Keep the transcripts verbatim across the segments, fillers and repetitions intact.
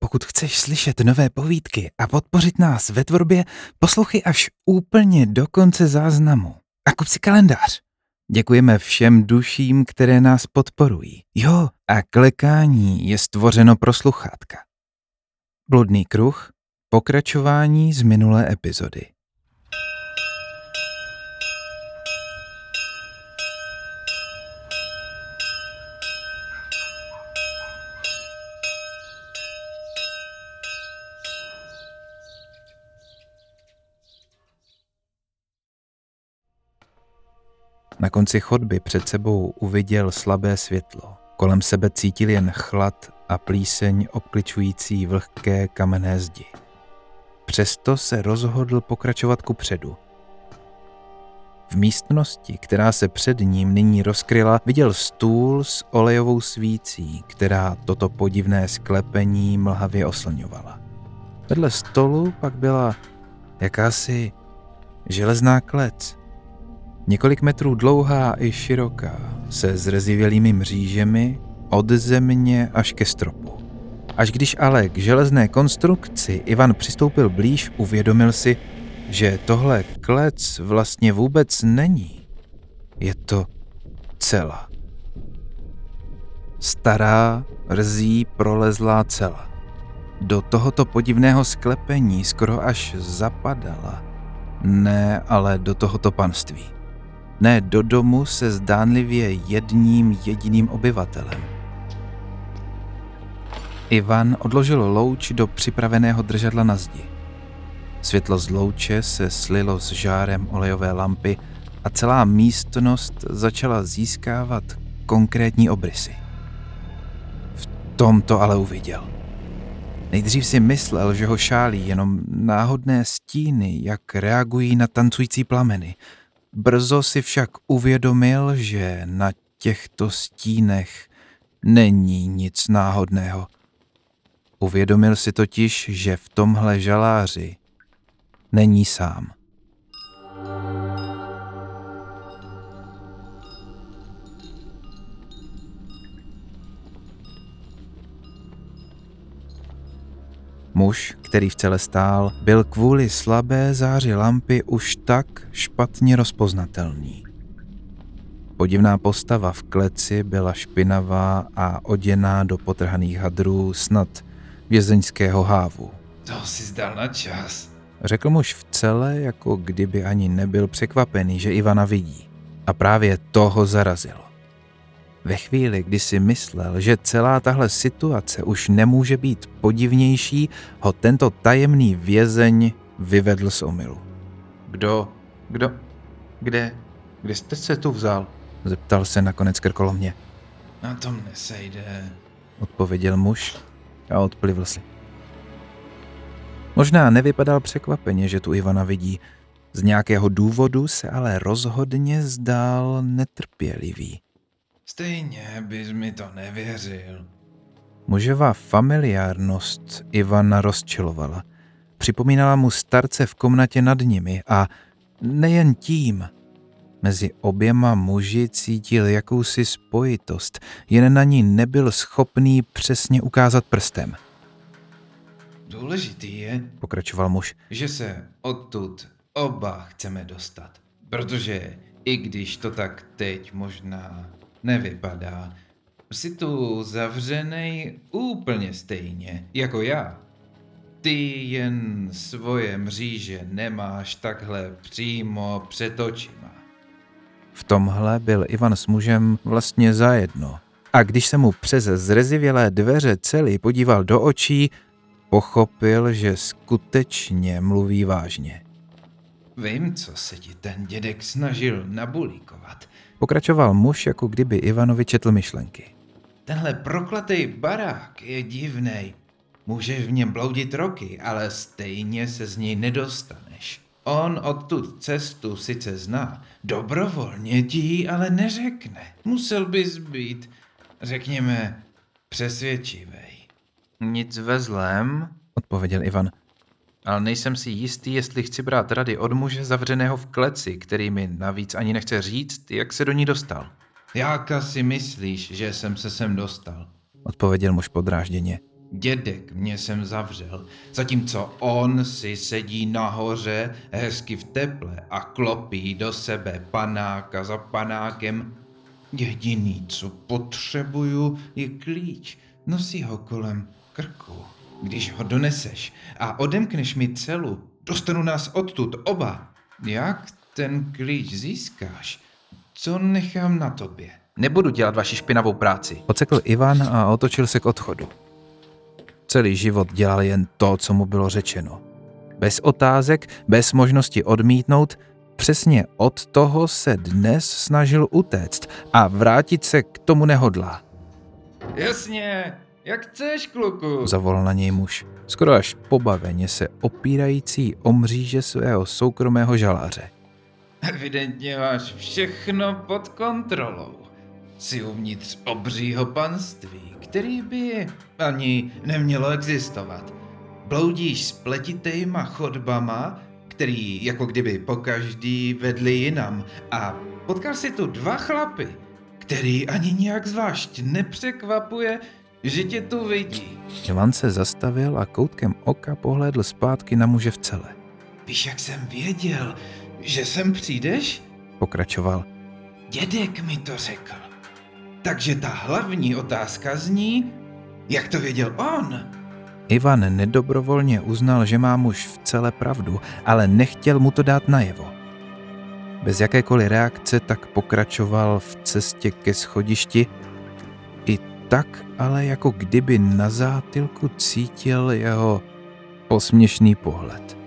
Pokud chceš slyšet nové povídky a podpořit nás ve tvorbě, poslouchej až úplně do konce záznamu. A kup si kalendář. Děkujeme všem duším, které nás podporují. Jo, a klekání je stvořeno pro sluchátka. Bludný kruh, pokračování z minulé epizody. Na konci chodby před sebou uviděl slabé světlo. Kolem sebe cítil jen chlad a plíseň obkličující vlhké kamenné zdi. Přesto se rozhodl pokračovat kupředu. V místnosti, která se před ním nyní rozkryla, viděl stůl s olejovou svící, která toto podivné sklepení mlhavě oslňovala. Vedle stolu pak byla jakási železná klec. Několik metrů dlouhá i široká, se zrezivělými mřížemi od země až ke stropu. Až když ale k železné konstrukci Ivan přistoupil blíž, uvědomil si, že tohle klec vlastně vůbec není. Je to cela. Stará, rzí, prolezlá cela. Do tohoto podivného sklepení skoro až zapadala. Ne, ale do tohoto panství. Ne do domu se zdánlivě jedním jediným obyvatelem. Ivan odložil louč do připraveného držadla na zdi. Světlo z louče se slilo s žárem olejové lampy a celá místnost začala získávat konkrétní obrysy. V tom to ale uviděl. Nejdřív si myslel, že ho šálí jenom náhodné stíny, jak reagují na tancující plameny. Brzo si však uvědomil, že na těchto stínech není nic náhodného. Uvědomil si totiž, že v tomhle žaláři není sám. Muž, který v cele stál, byl kvůli slabé záři lampy už tak špatně rozpoznatelný. Podivná postava v kleci byla špinavá a oděná do potrhaných hadrů snad vězeňského hávu. To si zdal na čas, řekl muž v cele, jako kdyby ani nebyl překvapený, že Ivana vidí. A právě to ho zarazilo. Ve chvíli, kdy si myslel, že celá tahle situace už nemůže být podivnější, ho tento tajemný vězeň vyvedl z omylu. Kdo? Kdo? Kde? Kde jste se tu vzal? Zeptal se nakonec krkolomně. Na tom nesejde, odpověděl muž a odplivl si. Možná nevypadal překvapeně, že tu Ivana vidí. Z nějakého důvodu se ale rozhodně zdál netrpělivý. Stejně bys mi to nevěřil. Mužová familiárnost Ivana rozčilovala. Připomínala mu starce v komnatě nad nimi a nejen tím. Mezi oběma muži cítil jakousi spojitost, jen na ní nebyl schopný přesně ukázat prstem. Důležitý je, pokračoval muž, že se odtud oba chceme dostat. Protože i když to tak teď možná nevypadá, jsi tu zavřenej úplně stejně jako já. Ty jen svoje mříže nemáš takhle přímo před očima. V tomhle byl Ivan s mužem vlastně zajedno. A když se mu přes zrezivělé dveře cely podíval do očí, pochopil, že skutečně mluví vážně. Vím, co se ti ten dědek snažil nabulíkovat. Pokračoval muž, jako kdyby Ivanovi četl myšlenky. Tenhle proklatý barák je divnej. Můžeš v něm bloudit roky, ale stejně se z něj nedostaneš. On odtud cestu sice zná, dobrovolně ti ji ale neřekne. Musel bys být, řekněme, přesvědčivej. Nic ve zlém, odpověděl Ivan. Ale nejsem si jistý, jestli chci brát rady od muže zavřeného v kleci, který mi navíc ani nechce říct, jak se do ní dostal. Jáka si myslíš, že jsem se sem dostal? Odpověděl muž podrážděně. Dědek mě sem zavřel, zatímco on si sedí nahoře hezky v teple a klopí do sebe panáka za panákem. Jediný, co potřebuju, je klíč. Nosí ho kolem krku. Když ho doneseš a odemkneš mi celu, dostanu nás odtud oba. Jak ten klíč získáš? Co nechám na tobě? Nebudu dělat vaši špinavou práci. Ocekl Ivan a otočil se k odchodu. Celý život dělal jen to, co mu bylo řečeno. Bez otázek, bez možnosti odmítnout, přesně od toho se dnes snažil utéct a vrátit se k tomu nehodlá. Jasně, jak chceš, kluku, zavolal na něj muž, skoro až pobaveně se opírající o mříže svého soukromého žaláře. Evidentně máš všechno pod kontrolou. Jsi uvnitř obřího panství, který by ani nemělo existovat. Bloudíš spletitejma chodbama, který jako kdyby pokaždý vedli jinam, a potkal si tu dva chlapy, který ani nějak zvlášť nepřekvapuje, že tě tu vidí. Ivan se zastavil a koutkem oka pohlédl zpátky na muže v cele. Víš, jak jsem věděl, že sem přijdeš? Pokračoval. Dědek mi to řekl. Takže ta hlavní otázka zní, jak to věděl on? Ivan nedobrovolně uznal, že má muž v celé pravdu, ale nechtěl mu to dát najevo. Bez jakékoliv reakce tak pokračoval v cestě ke schodišti, i tak ale jako kdyby na zátylku cítil jeho posměšný pohled.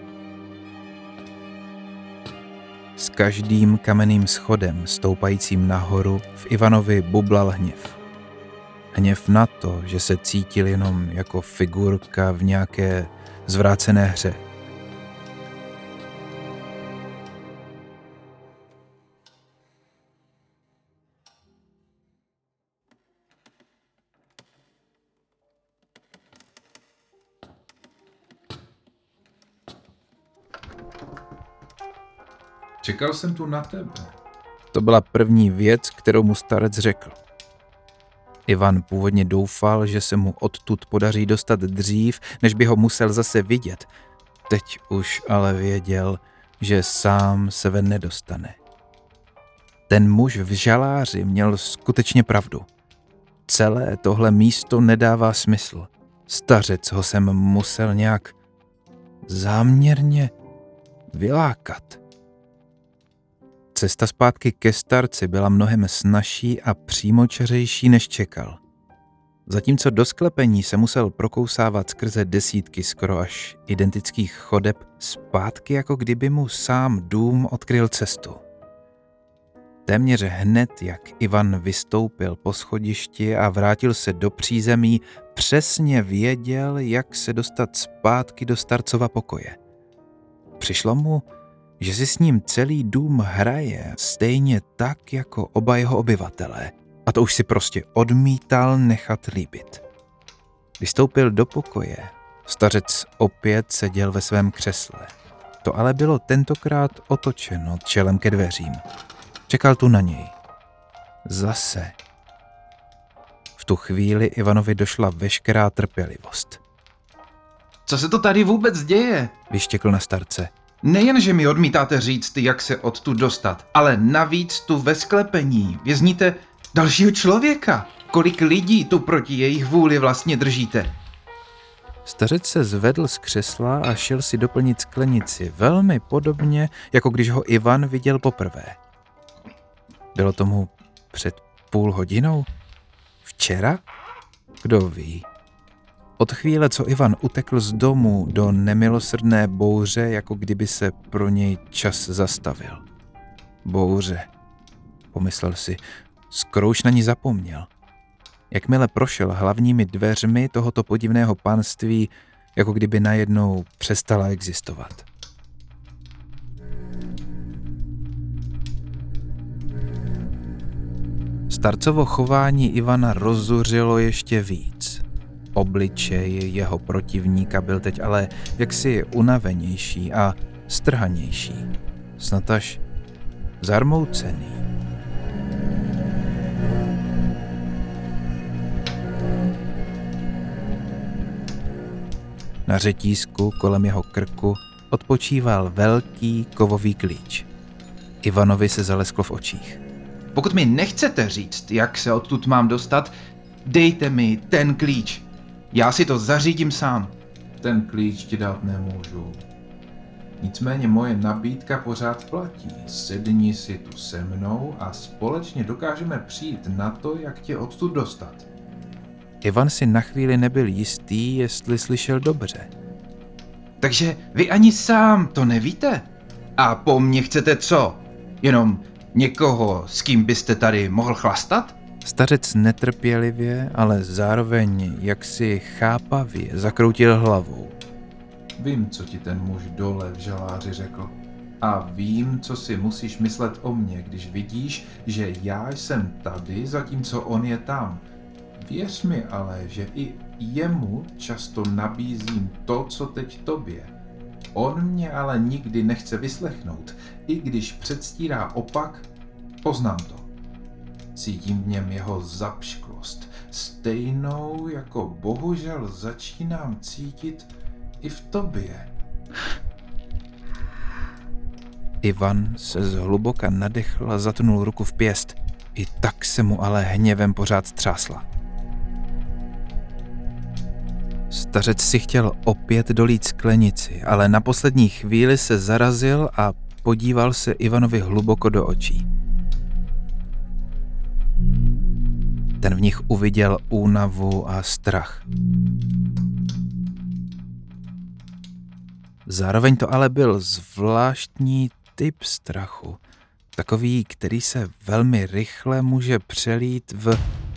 S každým kamenným schodem stoupajícím nahoru v Ivanovi bublal hněv. Hněv na to, že se cítil jenom jako figurka v nějaké zvrácené hře. Čekal jsem tu na tebe. To byla první věc, kterou mu starec řekl. Ivan původně doufal, že se mu odtud podaří dostat dřív, než by ho musel zase vidět. Teď už ale věděl, že sám se ven nedostane. Ten muž v žaláři měl skutečně pravdu. Celé tohle místo nedává smysl. Stařec ho sem musel nějak záměrně vylákat. Cesta zpátky ke starci byla mnohem snazší a přímočařejší, než čekal. Zatímco do sklepení se musel prokousávat skrze desítky skoro až identických chodeb, zpátky jako kdyby mu sám dům odkryl cestu. Téměř hned, jak Ivan vystoupil po schodišti a vrátil se do přízemí, přesně věděl, jak se dostat zpátky do starcova pokoje. Přišlo mu, že si s ním celý dům hraje stejně tak, jako oba jeho obyvatelé. A to už si prostě odmítal nechat líbit. Vystoupil do pokoje. Stařec opět seděl ve svém křesle. To ale bylo tentokrát otočeno čelem ke dveřím. Čekal tu na něj. Zase. V tu chvíli Ivanovi došla veškerá trpělivost. Co se to tady vůbec děje? Vyštěkl na starce. Nejen, že mi odmítáte říct, jak se odtud dostat, ale navíc tu ve sklepení vězníte dalšího člověka. Kolik lidí tu proti jejich vůli vlastně držíte? Stařec se zvedl z křesla a šel si doplnit sklenici, velmi podobně, jako když ho Ivan viděl poprvé. Bylo tomu před půl hodinou? Včera? Kdo ví? Od chvíle, co Ivan utekl z domu do nemilosrdné bouře, jako kdyby se pro něj čas zastavil. Bouře, pomyslel si, skoro už na ní zapomněl. Jakmile prošel hlavními dveřmi tohoto podivného panství, jako kdyby najednou přestala existovat. Starcovo chování Ivana rozzuřilo ještě víc. Obličej jeho protivníka byl teď ale jaksi unavenější a strhanější, snad až zarmoucený. Na řetízku kolem jeho krku odpočíval velký kovový klíč. Ivanovi se zalesklo v očích. Pokud mi nechcete říct, jak se odtud mám dostat, dejte mi ten klíč. Já si to zařídím sám. Ten klíč ti dát nemůžu. Nicméně moje nabídka pořád platí. Sedni si tu se mnou a společně dokážeme přijít na to, jak tě odtud dostat. Ivan si na chvíli nebyl jistý, jestli slyšel dobře. Takže vy ani sám to nevíte? A po mně chcete co? Jenom někoho, s kým byste tady mohl chlastat? Stařec netrpělivě, ale zároveň jaksi chápavě zakroutil hlavou. Vím, co ti ten muž dole v žaláři řekl. A vím, co si musíš myslet o mně, když vidíš, že já jsem tady, zatímco on je tam. Věř mi ale, že i jemu často nabízím to, co teď tobě. On mě ale nikdy nechce vyslechnout, i když předstírá opak, poznám to. Cítím v něm jeho zapšklost, stejnou jako bohužel začínám cítit i v tobě. Ivan se zhluboka nadechl a zatnul ruku v pěst. I tak se mu ale hněvem pořád třásla. Stařec si chtěl opět dolít sklenici, ale na poslední chvíli se zarazil a podíval se Ivanovi hluboko do očí. Ten v nich uviděl únavu a strach. Zároveň to ale byl zvláštní typ strachu. Takový, který se velmi rychle může přelít v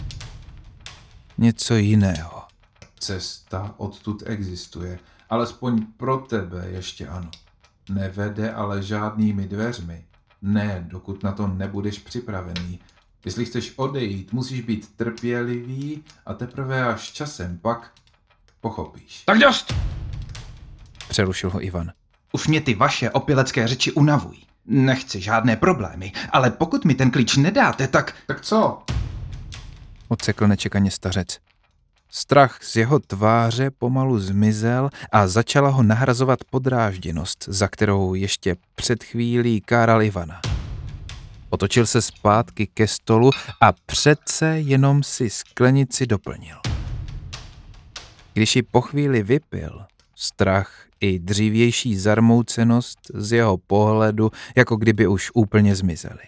něco jiného. Cesta odtud existuje, alespoň pro tebe ještě ano. Nevede ale žádnými dveřmi. Ne, dokud na to nebudeš připravený. Jestli chceš odejít, musíš být trpělivý a teprve až časem pak pochopíš. Tak dost! Přerušil ho Ivan. Už mě ty vaše opělecké řeči unavují. Nechci žádné problémy, ale pokud mi ten klíč nedáte, tak... Tak co? Odsekl nečekaně stařec. Strach z jeho tváře pomalu zmizel a začala ho nahrazovat podrážděnost, za kterou ještě před chvílí káral Ivana. Otočil se zpátky ke stolu a přece jenom si sklenici doplnil. Když ji po chvíli vypil, strach i dřívější zarmoucenost z jeho pohledu jako kdyby už úplně zmizely.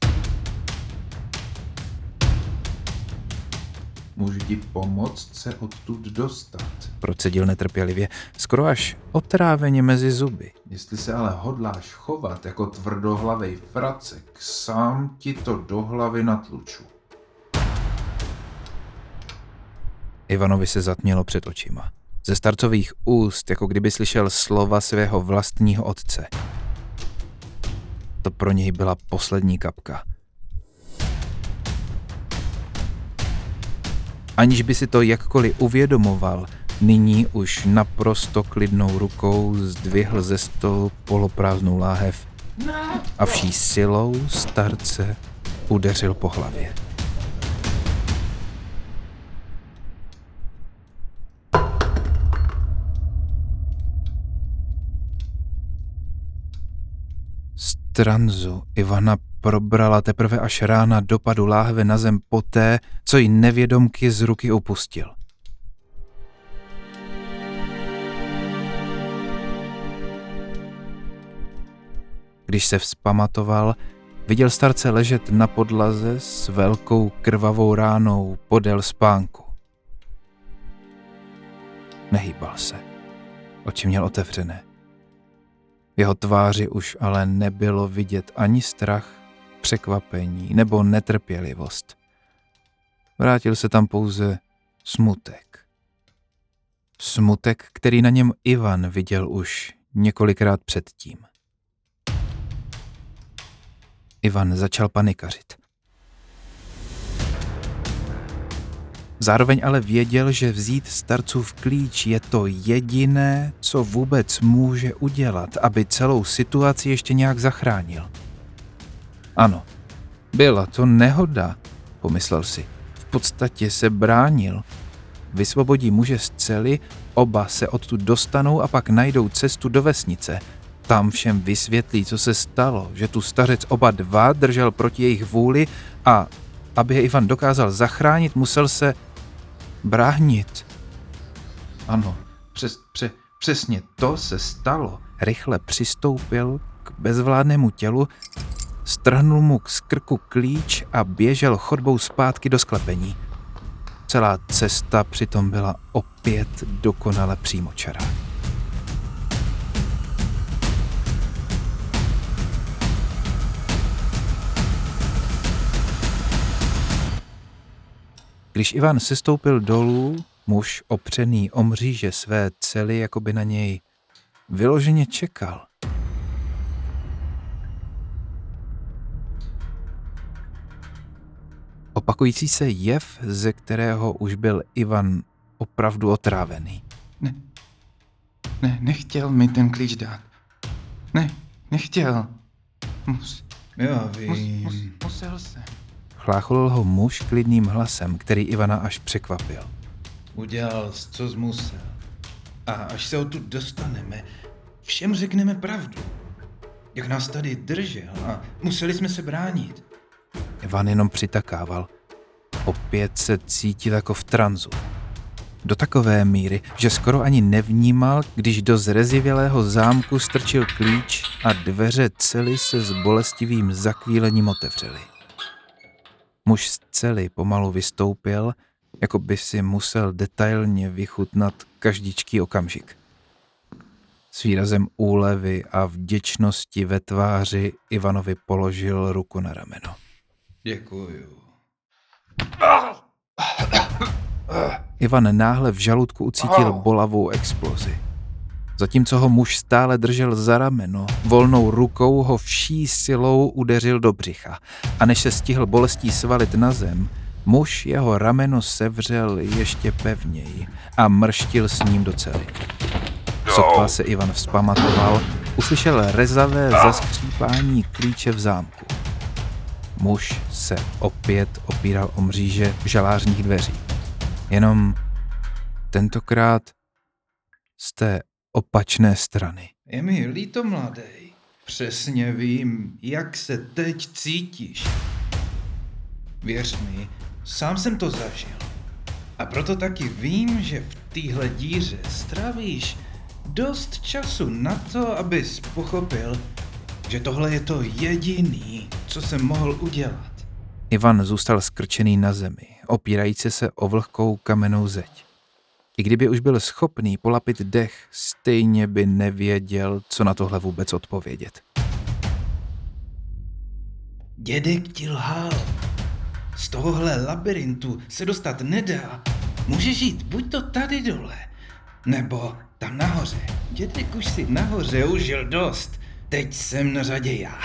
Můžu ti pomoct se odtud dostat. Procedil netrpělivě, skoro až otráveně mezi zuby. Jestli se ale hodláš chovat jako tvrdohlavej fracek, sám ti to do hlavy natluču. Ivanovi se zatmělo před očima. Ze starcových úst, jako kdyby slyšel slova svého vlastního otce. To pro něj byla poslední kapka. Aniž by si to jakkoliv uvědomoval, nyní už naprosto klidnou rukou zdvihl ze stolu poloprázdnou láhev a vší silou starce udeřil po hlavě. Tranzu Ivana probrala teprve až rána dopadu láhve na zem poté, co ji nevědomky z ruky upustil. Když se vzpamatoval, viděl starce ležet na podlaze s velkou krvavou ránou podél spánku. Nehýbal se. Oči měl otevřené. V jeho tváři už ale nebylo vidět ani strach, překvapení nebo netrpělivost. Vrátil se tam pouze smutek. Smutek, který na něm Ivan viděl už několikrát předtím. Ivan začal panikařit. Zároveň ale věděl, že vzít starcův klíč je to jediné, co vůbec může udělat, aby celou situaci ještě nějak zachránil. Ano, byla to nehoda, pomyslel si. V podstatě se bránil. vysvobodí muže z cely, oba se odtud dostanou a pak najdou cestu do vesnice. Tam všem vysvětlí, co se stalo, že tu stařec oba dva držel proti jejich vůli a aby je Ivan dokázal zachránit, musel se bránit. Ano, přes, pře, přesně to se stalo. Rychle přistoupil k bezvládnému tělu, strhnul mu z krku klíč a běžel chodbou zpátky do sklepení. Celá cesta přitom byla opět dokonale přímočará. Když Ivan sestoupil dolů, muž opřený o mříže své cely jakoby na něj vyloženě čekal. Opakující se jev, ze kterého už byl Ivan opravdu otrávený. Ne, ne, nechtěl mi ten klíč dát. Ne, nechtěl. Mus, Jo, mus, vím. mus, musel jsem. Chlácholil ho muž klidným hlasem, který Ivana až překvapil. Udělal jsi, co jsi musel. A až se odtud dostaneme, všem řekneme pravdu. Jak nás tady držel a museli jsme se bránit. Ivan jenom přitakával. Opět se cítil jako v tranzu. Do takové míry, že skoro ani nevnímal, když do zrezivělého zámku strčil klíč a dveře cely se s bolestivým zakvílením otevřely. Muž z cely pomalu vystoupil, jako by si musel detailně vychutnat každičký okamžik. S výrazem úlevy a vděčnosti ve tváři Ivanovi položil ruku na rameno. Děkuju. Ivan náhle v žaludku ucítil bolavou explozi. Zatímco ho muž stále držel za rameno, volnou rukou ho vší silou udeřil do břicha a než se stihl bolestí svalit na zem, muž jeho rameno sevřel ještě pevněji a mrštil s ním do cely. Sotva se Ivan vzpamatoval, uslyšel rezavé zaskřípání klíče v zámku. Muž se opět opíral o mříže žalářních dveří. Jenom tentokrát z té opačné strany. Je mi líto, mladej. Přesně vím, jak se teď cítíš. Věř mi, sám jsem to zažil. A proto taky vím, že v téhle díře strávíš dost času na to, abys pochopil, že tohle je to jediný, co jsem mohl udělat. Ivan zůstal skrčený na zemi, opírající se o vlhkou kamennou zeď. I kdyby už byl schopný polapit dech, stejně by nevěděl, co na tohle vůbec odpovědět. Dědek ti lhal. Z tohohle labirintu se dostat nedá. Můžeš jít buď to tady dole, nebo tam nahoře. Dědek už si nahoře užil dost. Teď jsem na řadě já.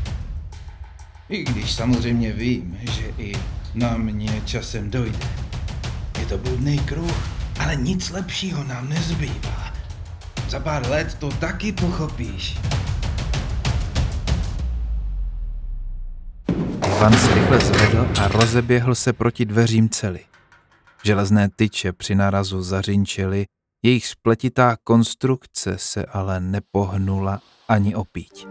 I když samozřejmě vím, že i na mě časem dojde. Je to bludný kruh, ale nic lepšího nám nezbývá. Za pár let to taky pochopíš. Ivan se rychle zvedl a rozeběhl se proti dveřím cely. Železné tyče při nárazu zařinčily, jejich spletitá konstrukce se ale nepohnula ani o píď.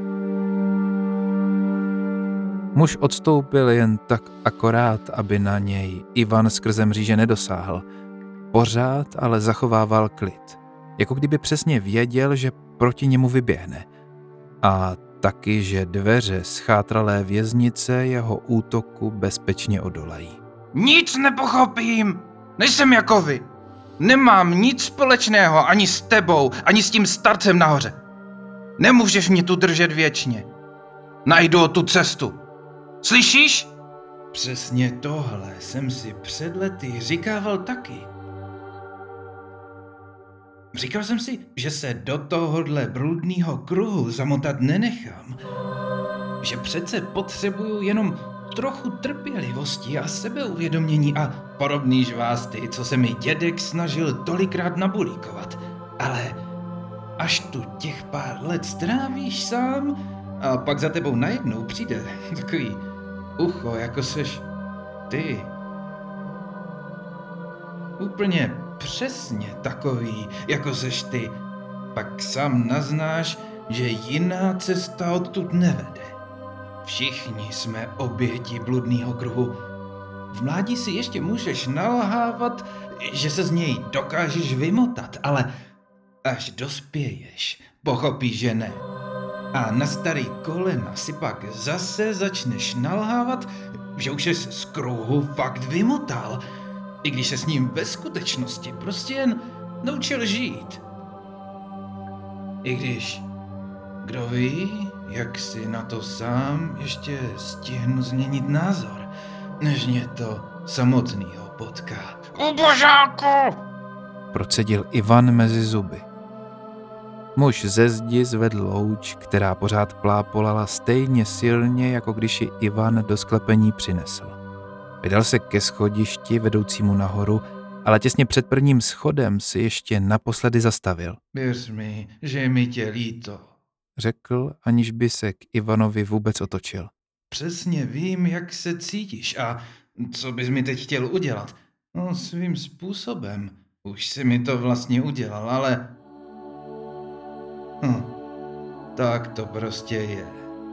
Muž odstoupil jen tak akorát, aby na něj Ivan skrze mříže nedosáhl. Pořád ale zachovával klid, jako kdyby přesně věděl, že proti němu vyběhne. A taky, že dveře schátralé věznice jeho útoku bezpečně odolají. Nic nepochopím! Nejsem jako vy! Nemám nic společného ani s tebou, ani s tím starcem nahoře. Nemůžeš mě tu držet věčně. Najdu tu cestu. Slyšíš? Přesně tohle jsem si před lety říkával taky. Říkal jsem si, že se do tohohle bludného kruhu zamotat nenechám. Že přece potřebuju jenom trochu trpělivosti a sebeuvědomění a podobný žvásty, co se mi dědek snažil tolikrát nabulíkovat. Ale až tu těch pár let strávíš sám a pak za tebou najednou přijde takový ucho, jako seš ty. Úplně přesně takový, jako seš ty. Pak sám naznáš, že jiná cesta odtud nevede. Všichni jsme oběti bludného kruhu. V mládí si ještě můžeš nalhávat, že se z něj dokážeš vymotat, ale až dospěješ, pochopíš, že ne. A na starý kolena si pak zase začneš nalhávat, že už ses z kruhu fakt vymotal, i když se s ním ve skutečnosti prostě jen naučil žít. I když, kdo ví, jak si na to sám ještě stihnu změnit názor, než mě to samotnýho potká. Ubožáku! Procedil Ivan mezi zuby. Muž ze zdi zvedl louč, která pořád plápolala stejně silně, jako když ji Ivan do sklepení přinesl. Vydal se ke schodišti vedoucímu nahoru, ale těsně před prvním schodem si ještě naposledy zastavil. Věř mi, že je mi tě líto. Řekl, aniž by se k Ivanovi vůbec otočil. Přesně vím, jak se cítíš a co bys mi teď chtěl udělat. No, svým způsobem. Už si mi to vlastně udělal, ale... Hm, tak to prostě je.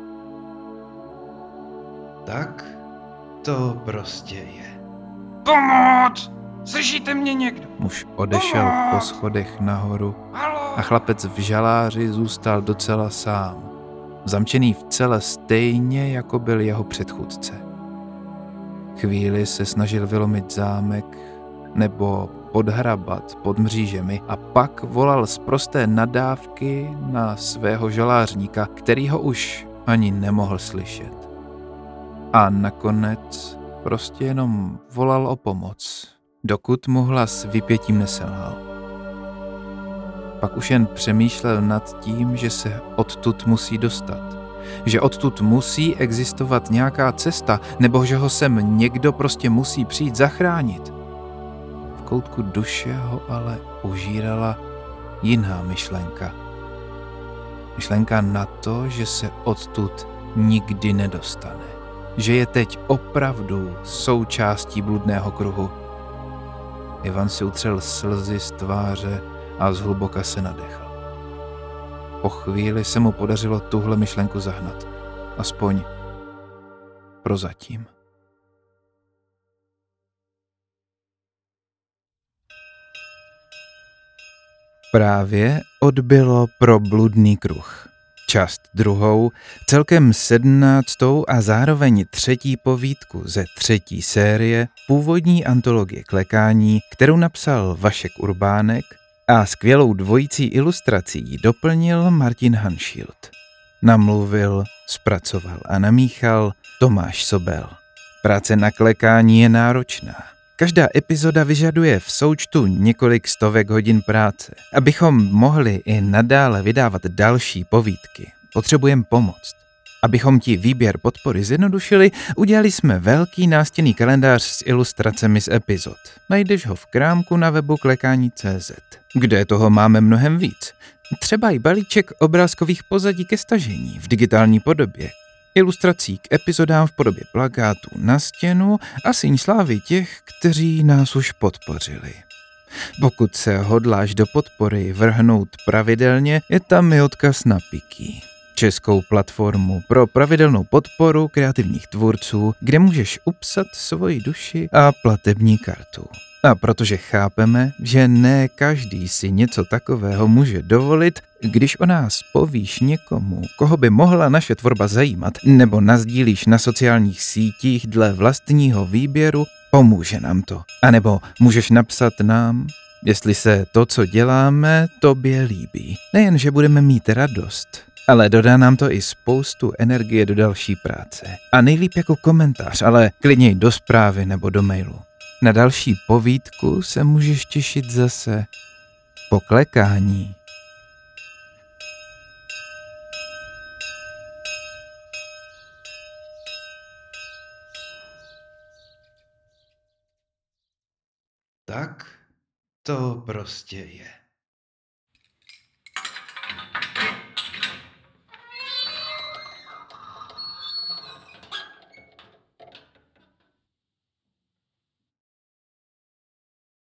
Tak to prostě je. Pomoc! Slyšíte mě někdo? Muž odešel po schodech nahoru Haló? a chlapec v žaláři zůstal docela sám, zamčený v cele stejně, jako byl jeho předchůdce. Chvíli se snažil vylomit zámek nebo podhrabat pod mřížemi a pak volal z prosté nadávky na svého žalářníka, který ho už ani nemohl slyšet. A nakonec prostě jenom volal o pomoc, dokud mu hlas vypětím neselhal. Pak už jen přemýšlel nad tím, že se odtud musí dostat. Že odtud musí existovat nějaká cesta, nebo že ho sem někdo prostě musí přijít zachránit. V koutku duše ho ale užírala jiná myšlenka. Myšlenka na to, že se odtud nikdy nedostane. Že je teď opravdu součástí bludného kruhu. Ivan si utřel slzy z tváře a zhluboka se nadechl. Po chvíli se mu podařilo tuhle myšlenku zahnat. Aspoň prozatím. Právě odbylo pro bludný kruh. Část druhou, celkem sedmnáctou a zároveň třetí povídku ze třetí série původní antologie klekání, kterou napsal Vašek Urbánek a skvělou dvojicí ilustrací ji doplnil Martin Hanschild. Namluvil, zpracoval a namíchal Tomáš Sobel. Práce na klekání je náročná. Každá epizoda vyžaduje v součtu několik stovek hodin práce. Abychom mohli i nadále vydávat další povídky, potřebujeme pomoc. Abychom ti výběr podpory zjednodušili, udělali jsme velký nástěnný kalendář s ilustracemi z epizod. Najdeš ho v krámku na webu klekání tečka cé zet, kde toho máme mnohem víc. Třeba i balíček obrázkových pozadí ke stažení v digitální podobě, ilustrací k epizodám v podobě plakátů na stěnu a síň slávy těch, kteří nás už podpořili. Pokud se hodláš do podpory vrhnout pravidelně, je tam i odkaz na Piki, českou platformu pro pravidelnou podporu kreativních tvůrců, kde můžeš upsat svoji duši a platební kartu. A protože chápeme, že ne každý si něco takového může dovolit, když o nás povíš někomu, koho by mohla naše tvorba zajímat, nebo nazdílíš na sociálních sítích dle vlastního výběru, pomůže nám to. A nebo můžeš napsat nám, jestli se to, co děláme, tobě líbí. Nejen, že budeme mít radost, ale dodá nám to i spoustu energie do další práce. A nejlíp jako komentář, ale klidně i do zprávy nebo do mailu. Na další povídku se můžeš těšit zase po klekání. Tak to prostě je.